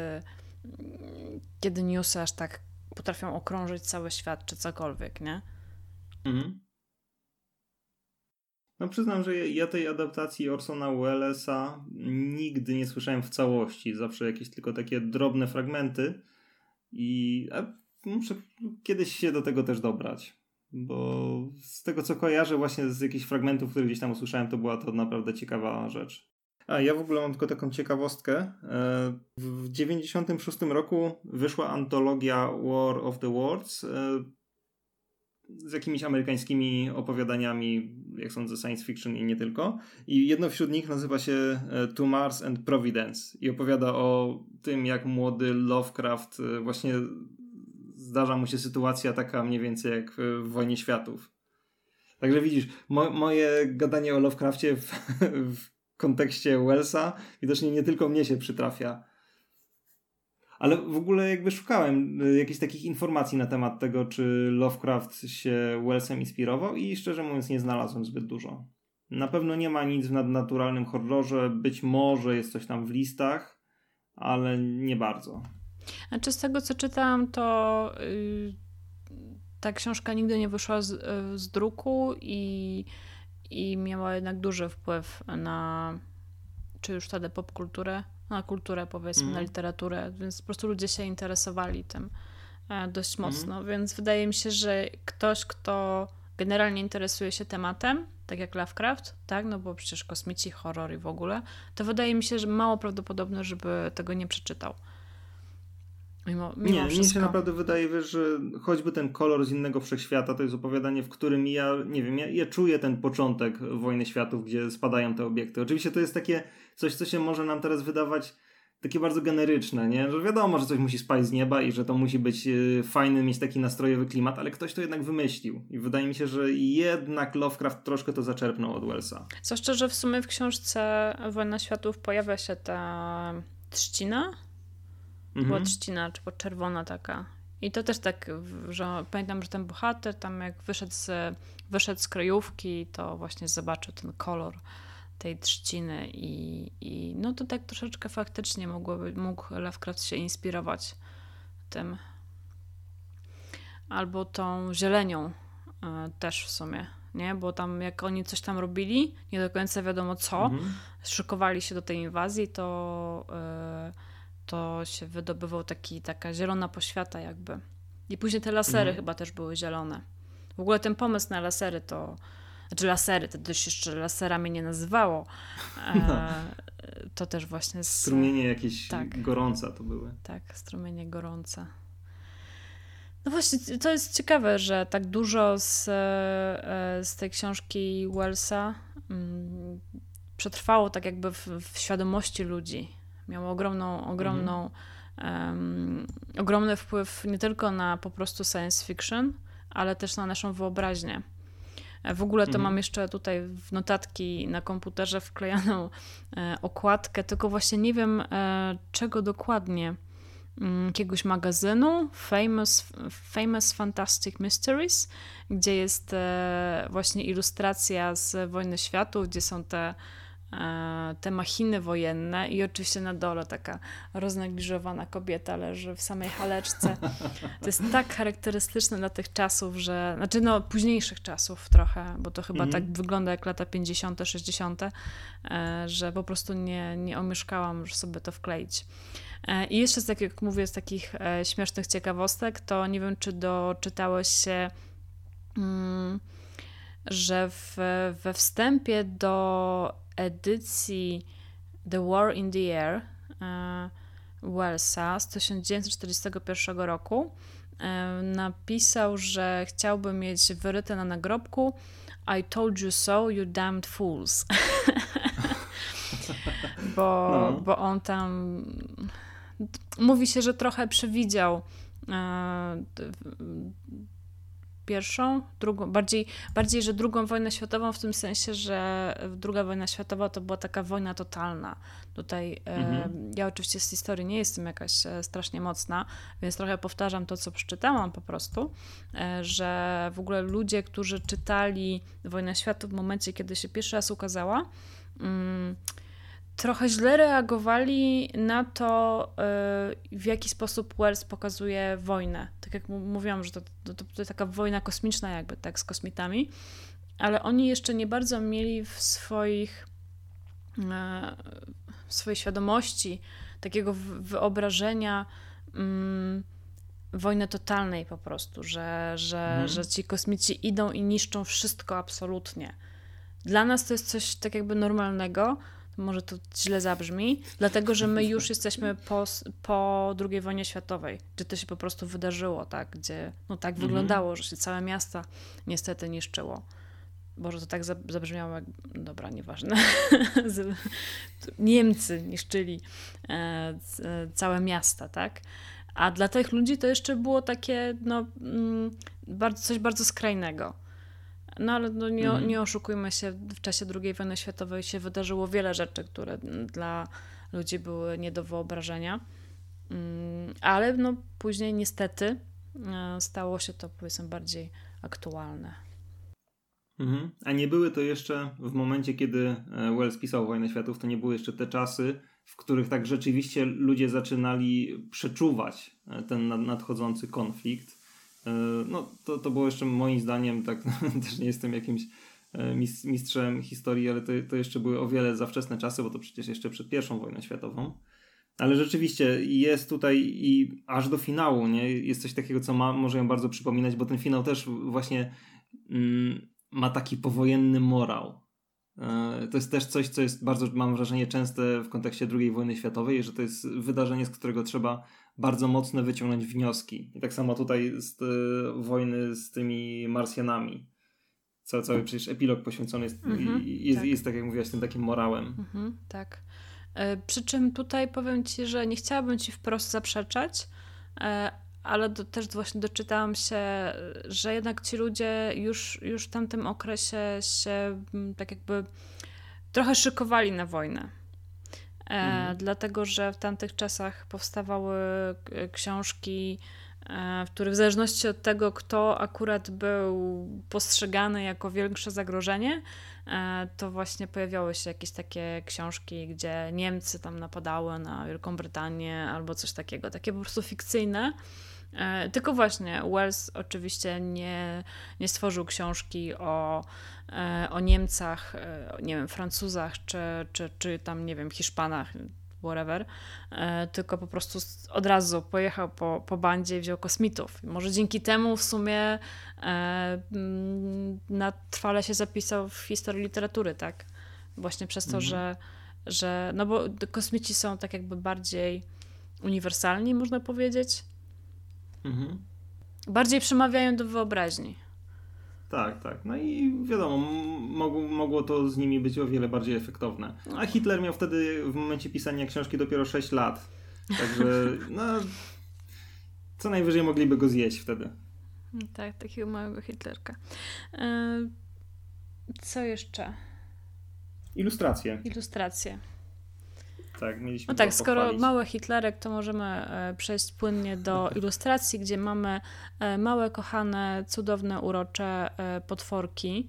kiedy newsy aż tak potrafią okrążyć cały świat, czy cokolwiek, nie? No przyznam, że ja tej adaptacji Orsona Wellesa nigdy nie słyszałem w całości. Zawsze jakieś tylko takie drobne fragmenty i muszę kiedyś się do tego też dobrać. Bo z tego, co kojarzę właśnie z jakichś fragmentów, które gdzieś tam usłyszałem, to była to naprawdę ciekawa rzecz. Ja w ogóle mam tylko taką ciekawostkę. W 96 roku wyszła antologia War of the Worlds z jakimiś amerykańskimi opowiadaniami, jak sądzę, science fiction i nie tylko. I jedno wśród nich nazywa się To Mars and Providence i opowiada o tym, jak młody Lovecraft właśnie zdarza mu się sytuacja taka mniej więcej jak w Wojnie Światów. Także widzisz, moje gadanie o Lovecraftie w kontekście Wellsa widocznie nie tylko mnie się przytrafia. Ale w ogóle jakby szukałem jakichś takich informacji na temat tego, czy Lovecraft się Wellsem inspirował i szczerze mówiąc nie znalazłem zbyt dużo. Na pewno nie ma nic w nadnaturalnym horrorze, być może jest coś tam w listach, ale nie bardzo. Znaczy z tego co czytałam, to ta książka nigdy nie wyszła z druku i miała jednak duży wpływ na czy już wtedy popkulturę, na kulturę powiedzmy, na literaturę, więc po prostu ludzie się interesowali tym dość mocno, więc wydaje mi się, że ktoś, kto generalnie interesuje się tematem, tak jak Lovecraft, tak, no bo przecież kosmici, horror i w ogóle, to wydaje mi się, że mało prawdopodobne, żeby tego nie przeczytał. Mimo nie, wszystko. Mnie się naprawdę wydaje, wiesz, że choćby ten kolor z innego wszechświata to jest opowiadanie, w którym ja czuję ten początek Wojny Światów, gdzie spadają te obiekty. Oczywiście to jest takie coś, co się może nam teraz wydawać takie bardzo generyczne, nie? Że wiadomo, że coś musi spaść z nieba i że to musi być fajny, mieć taki nastrojowy klimat, ale ktoś to jednak wymyślił. I wydaje mi się, że jednak Lovecraft troszkę to zaczerpnął od Wellsa. Zwłaszcza, że w sumie w książce Wojna Światów pojawia się ta trzcina. Była trzcina, czy czerwona taka. I to też tak, że pamiętam, że ten bohater tam jak wyszedł z kryjówki, to właśnie zobaczył ten kolor tej trzciny i no to tak troszeczkę faktycznie mógł Lovecraft się inspirować tym. Albo tą zielenią też w sumie, nie? Bo tam jak oni coś tam robili, nie do końca wiadomo co, szykowali się do tej inwazji, to się wydobywał taka zielona poświata jakby. I później te lasery chyba też były zielone. W ogóle ten pomysł na lasery to też jeszcze laserami nie nazywało. To też właśnie strumienie jakieś gorąca to były. Tak, strumienie gorąca. No właśnie, to jest ciekawe, że tak dużo z tej książki Wellsa przetrwało tak jakby w świadomości ludzi. Miało ogromny wpływ nie tylko na po prostu science fiction, ale też na naszą wyobraźnię. W ogóle to mam jeszcze tutaj w notatki na komputerze wklejaną okładkę, tylko właśnie nie wiem czego dokładnie. Jakiegoś magazynu Famous Fantastic Mysteries, gdzie jest właśnie ilustracja z Wojny Światów, gdzie są te machiny wojenne i oczywiście na dole taka roznegliżowana kobieta leży w samej haleczce. To jest tak charakterystyczne dla tych czasów, że, znaczy no późniejszych czasów trochę, bo to chyba tak wygląda jak lata 50., 60., że po prostu nie omieszkałam już sobie to wkleić. I jeszcze tak jak mówię, z takich śmiesznych ciekawostek, to nie wiem, czy doczytałeś się że we wstępie do edycji The War in the Air Wellsa z 1941 roku napisał, że chciałby mieć wyryte na nagrobku I told you so, you damned fools. Bo on tam mówi się, że trochę przewidział pierwszą, drugą, bardziej, że drugą wojnę światową w tym sensie, że druga wojna światowa to była taka wojna totalna. Tutaj ja oczywiście z historii nie jestem jakaś strasznie mocna, więc trochę powtarzam to, co przeczytałam po prostu, że w ogóle ludzie, którzy czytali Wojnę Światów w momencie, kiedy się pierwszy raz ukazała, trochę źle reagowali na to, w jaki sposób Wells pokazuje wojnę. Tak jak mówiłam, że to taka wojna kosmiczna jakby, tak, z kosmitami, ale oni jeszcze nie bardzo mieli w swojej świadomości takiego wyobrażenia wojny totalnej po prostu, że ci kosmici idą i niszczą wszystko absolutnie. Dla nas to jest coś tak jakby normalnego, może to źle zabrzmi, dlatego, że my już jesteśmy po II wojnie światowej, gdzie to się po prostu wydarzyło, tak, gdzie tak wyglądało, że się całe miasta niestety niszczyło. Boże, to tak zabrzmiało jak... Dobra, nieważne. Niemcy niszczyli całe miasta, tak? A dla tych ludzi to jeszcze było takie, coś bardzo skrajnego. No ale nie oszukujmy się, w czasie II wojny światowej się wydarzyło wiele rzeczy, które dla ludzi były nie do wyobrażenia. Ale później niestety stało się to, powiedzmy, bardziej aktualne. A nie były to jeszcze w momencie, kiedy Wells pisał Wojnę Światów, to nie były jeszcze te czasy, w których tak rzeczywiście ludzie zaczynali przeczuwać ten nadchodzący konflikt. To było jeszcze moim zdaniem, tak też nie jestem jakimś mistrzem historii, ale to jeszcze były o wiele za wczesne czasy, bo to przecież jeszcze przed I wojną światową. Ale rzeczywiście jest tutaj i aż do finału, nie? Jest coś takiego, co może ją bardzo przypominać, bo ten finał też właśnie ma taki powojenny morał. To jest też coś, co jest bardzo, mam wrażenie, częste w kontekście II wojny światowej, że to jest wydarzenie, z którego trzeba bardzo mocno wyciągnąć wnioski. I tak samo tutaj z wojny z tymi Marsjanami. Cały przecież epilog poświęcony jest, tak jak mówiłaś, tym takim morałem. Tak. Przy czym tutaj powiem Ci, że nie chciałabym Ci wprost zaprzeczać, ale też właśnie doczytałam się, że jednak ci ludzie już w tamtym okresie się tak jakby trochę szykowali na wojnę. Dlatego, że w tamtych czasach powstawały książki, w których w zależności od tego, kto akurat był postrzegany jako większe zagrożenie, to właśnie pojawiały się jakieś takie książki, gdzie Niemcy tam napadały na Wielką Brytanię albo coś takiego, takie po prostu fikcyjne. Tylko właśnie Wells oczywiście nie stworzył książki o Niemcach, nie wiem, Francuzach czy tam, nie wiem, Hiszpanach, whatever, tylko po prostu od razu pojechał po bandzie i wziął kosmitów. Może dzięki temu w sumie na trwale się zapisał w historii literatury, tak? Właśnie przez to, że no bo kosmici są tak jakby bardziej uniwersalni, można powiedzieć. Bardziej przemawiają do wyobraźni. Tak. No i wiadomo, mogło to z nimi być o wiele bardziej efektowne. A Hitler miał wtedy w momencie pisania książki dopiero 6 lat. Także co najwyżej mogliby go zjeść wtedy. Tak, takiego małego Hitlerka. Co jeszcze? Ilustracje. Tak, mieliśmy. No tak, skoro mały Hitlerek, to możemy przejść płynnie do ilustracji, gdzie mamy małe, kochane, cudowne, urocze potworki.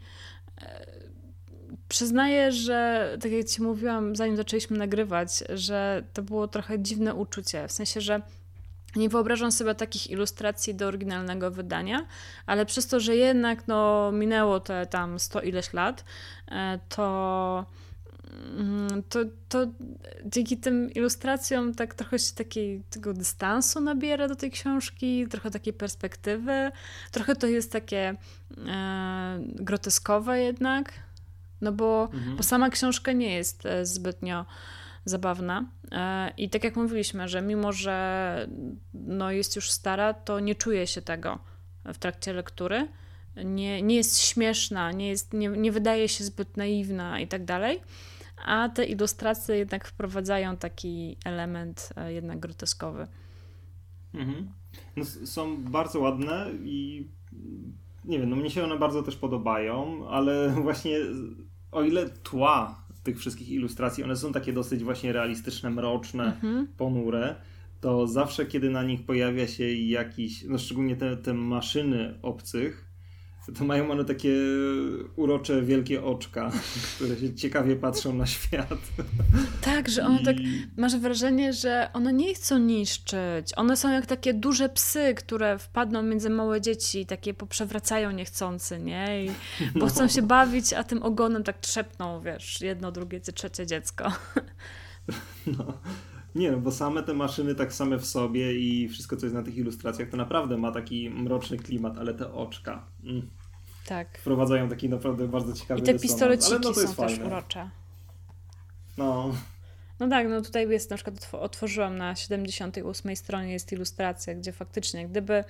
Przyznaję, że tak jak Ci mówiłam, zanim zaczęliśmy nagrywać, że to było trochę dziwne uczucie. W sensie, że nie wyobrażam sobie takich ilustracji do oryginalnego wydania, ale przez to, że jednak minęło te tam 100 ileś lat, to to dzięki tym ilustracjom tak trochę się tego dystansu nabiera do tej książki, trochę takiej perspektywy, trochę to jest takie groteskowe jednak, no bo sama książka nie jest zbytnio zabawna i tak jak mówiliśmy, że mimo, że no jest już stara, to nie czuje się tego w trakcie lektury, nie jest śmieszna, nie wydaje się zbyt naiwna i tak dalej, a te ilustracje jednak wprowadzają taki element jednak groteskowy. No, są bardzo ładne i nie wiem, no mnie się one bardzo też podobają, ale właśnie o ile tła tych wszystkich ilustracji, one są takie dosyć właśnie realistyczne, mroczne, ponure, to zawsze kiedy na nich pojawia się jakiś, no szczególnie te maszyny obcych, to mają one takie urocze, wielkie oczka, które się ciekawie patrzą na świat. Tak, że one tak, masz wrażenie, że one nie chcą niszczyć. One są jak takie duże psy, które wpadną między małe dzieci i takie poprzewracają niechcący, nie? Bo chcą się bawić, a tym ogonem tak trzepną, wiesz, jedno, drugie, trzecie dziecko. No. Nie, no bo same te maszyny tak same w sobie i wszystko, co jest na tych ilustracjach, to naprawdę ma taki mroczny klimat, ale te oczka tak. wprowadzają taki naprawdę bardzo ciekawy i te dysonans. pistoleciki ale no, to jest są też fajne. urocze. No tak, no tutaj jest, na przykład otworzyłam na 78 stronie jest ilustracja, gdzie faktycznie gdyby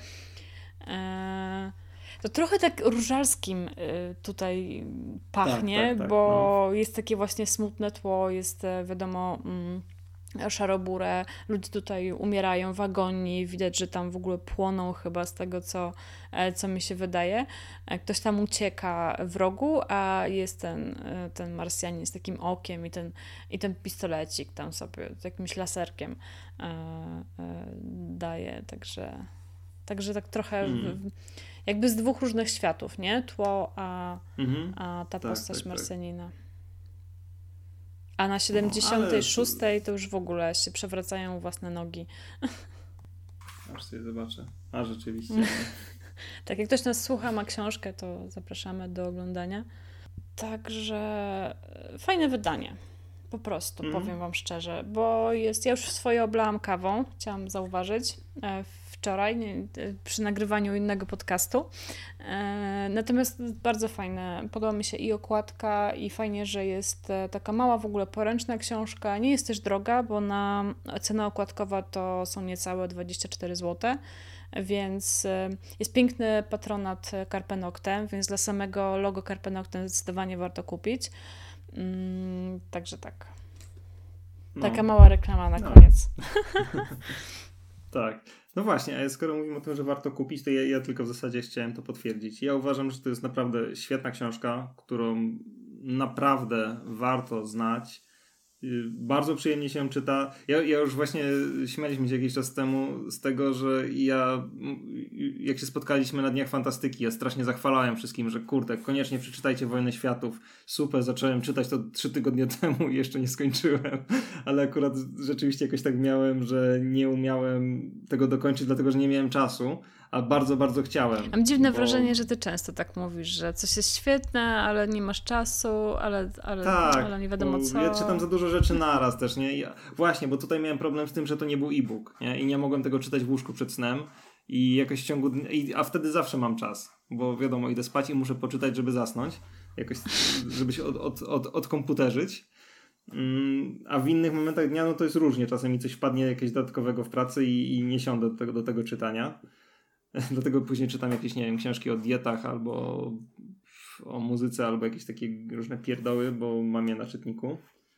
to trochę tak różalskim tutaj pachnie, tak, bo jest takie właśnie smutne tło, jest wiadomo szaroburę, ludzie tutaj umierają w agonii, widać, że tam w ogóle płoną chyba z tego, co mi się wydaje. Ktoś tam ucieka w rogu, a jest ten Marsjanin z takim okiem i ten pistolecik tam sobie jakimś laserkiem daje, także tak trochę jakby z dwóch różnych światów, nie? Tło, a ta postać Marsjanina. A na 76 to już w ogóle się przewracają własne nogi. Aż sobie zobaczę. A rzeczywiście. Tak, jak ktoś nas słucha, ma książkę, to zapraszamy do oglądania. Także fajne wydanie. Po prostu, powiem wam szczerze. Bo ja już swoje oblałam kawą, chciałam zauważyć wczoraj przy nagrywaniu innego podcastu. Natomiast bardzo fajne. Podoba mi się i okładka, i fajnie, że jest taka mała w ogóle poręczna książka. Nie jest też droga, bo cena okładkowa to są niecałe 24 zł. Więc jest piękny patronat Carpe Noctem, więc dla samego logo Carpe Noctem zdecydowanie warto kupić. Także tak. Taka mała reklama na koniec. Tak. No właśnie, a skoro mówimy o tym, że warto kupić, to ja tylko w zasadzie chciałem to potwierdzić. Ja uważam, że to jest naprawdę świetna książka, którą naprawdę warto znać. Bardzo przyjemnie się czyta. Ja już właśnie śmialiśmy się jakiś czas temu z tego, że jak się spotkaliśmy na Dniach Fantastyki, ja strasznie zachwalałem wszystkim, że kurde, koniecznie przeczytajcie Wojnę Światów. Super, zacząłem czytać to 3 tygodnie temu i jeszcze nie skończyłem. Ale akurat rzeczywiście jakoś tak miałem, że nie umiałem tego dokończyć, dlatego że nie miałem czasu. A bardzo, bardzo chciałem. Mam dziwne wrażenie, że ty często tak mówisz, że coś jest świetne, ale nie masz czasu, ale nie wiadomo co. Ja czytam za dużo rzeczy naraz też, nie? Właśnie, bo tutaj miałem problem z tym, że to nie był e-book, nie? I nie mogłem tego czytać w łóżku przed snem i jakoś w ciągu dnia, a wtedy zawsze mam czas, bo wiadomo, idę spać i muszę poczytać, żeby zasnąć, jakoś, żeby się odkomputerzyć. A w innych momentach dnia, no to jest różnie, czasem mi coś wpadnie jakiegoś dodatkowego w pracy i nie siądę do tego czytania. Dlatego później czytam jakieś, nie wiem, książki o dietach albo o muzyce, albo jakieś takie różne pierdoły, bo mam je na czytniku.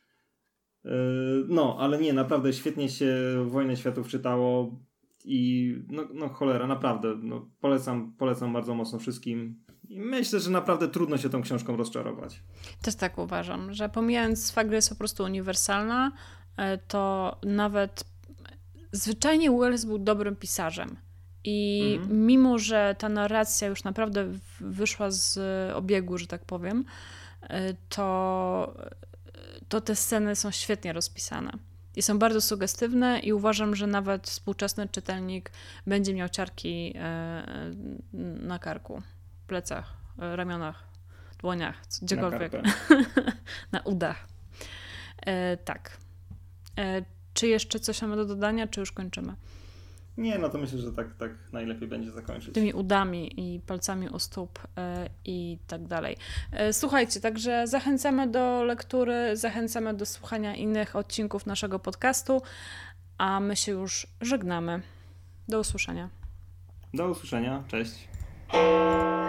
No, ale nie, naprawdę świetnie się Wojnę Światów czytało i no cholera, naprawdę, no, polecam bardzo mocno wszystkim. I myślę, że naprawdę trudno się tą książką rozczarować. Też tak uważam, że pomijając fakt, że jest po prostu uniwersalna, to nawet zwyczajnie Wells był dobrym pisarzem. I mimo, że ta narracja już naprawdę wyszła z obiegu, że tak powiem, to te sceny są świetnie rozpisane. I są bardzo sugestywne i uważam, że nawet współczesny czytelnik będzie miał ciarki na karku, plecach, ramionach, dłoniach, gdziekolwiek. Na udach. Tak. Czy jeszcze coś mamy do dodania, czy już kończymy? Nie, no to myślę, że tak najlepiej będzie zakończyć. Tymi udami i palcami u stóp i tak dalej. Słuchajcie, także zachęcamy do lektury, zachęcamy do słuchania innych odcinków naszego podcastu, a my się już żegnamy. Do usłyszenia. Do usłyszenia, cześć.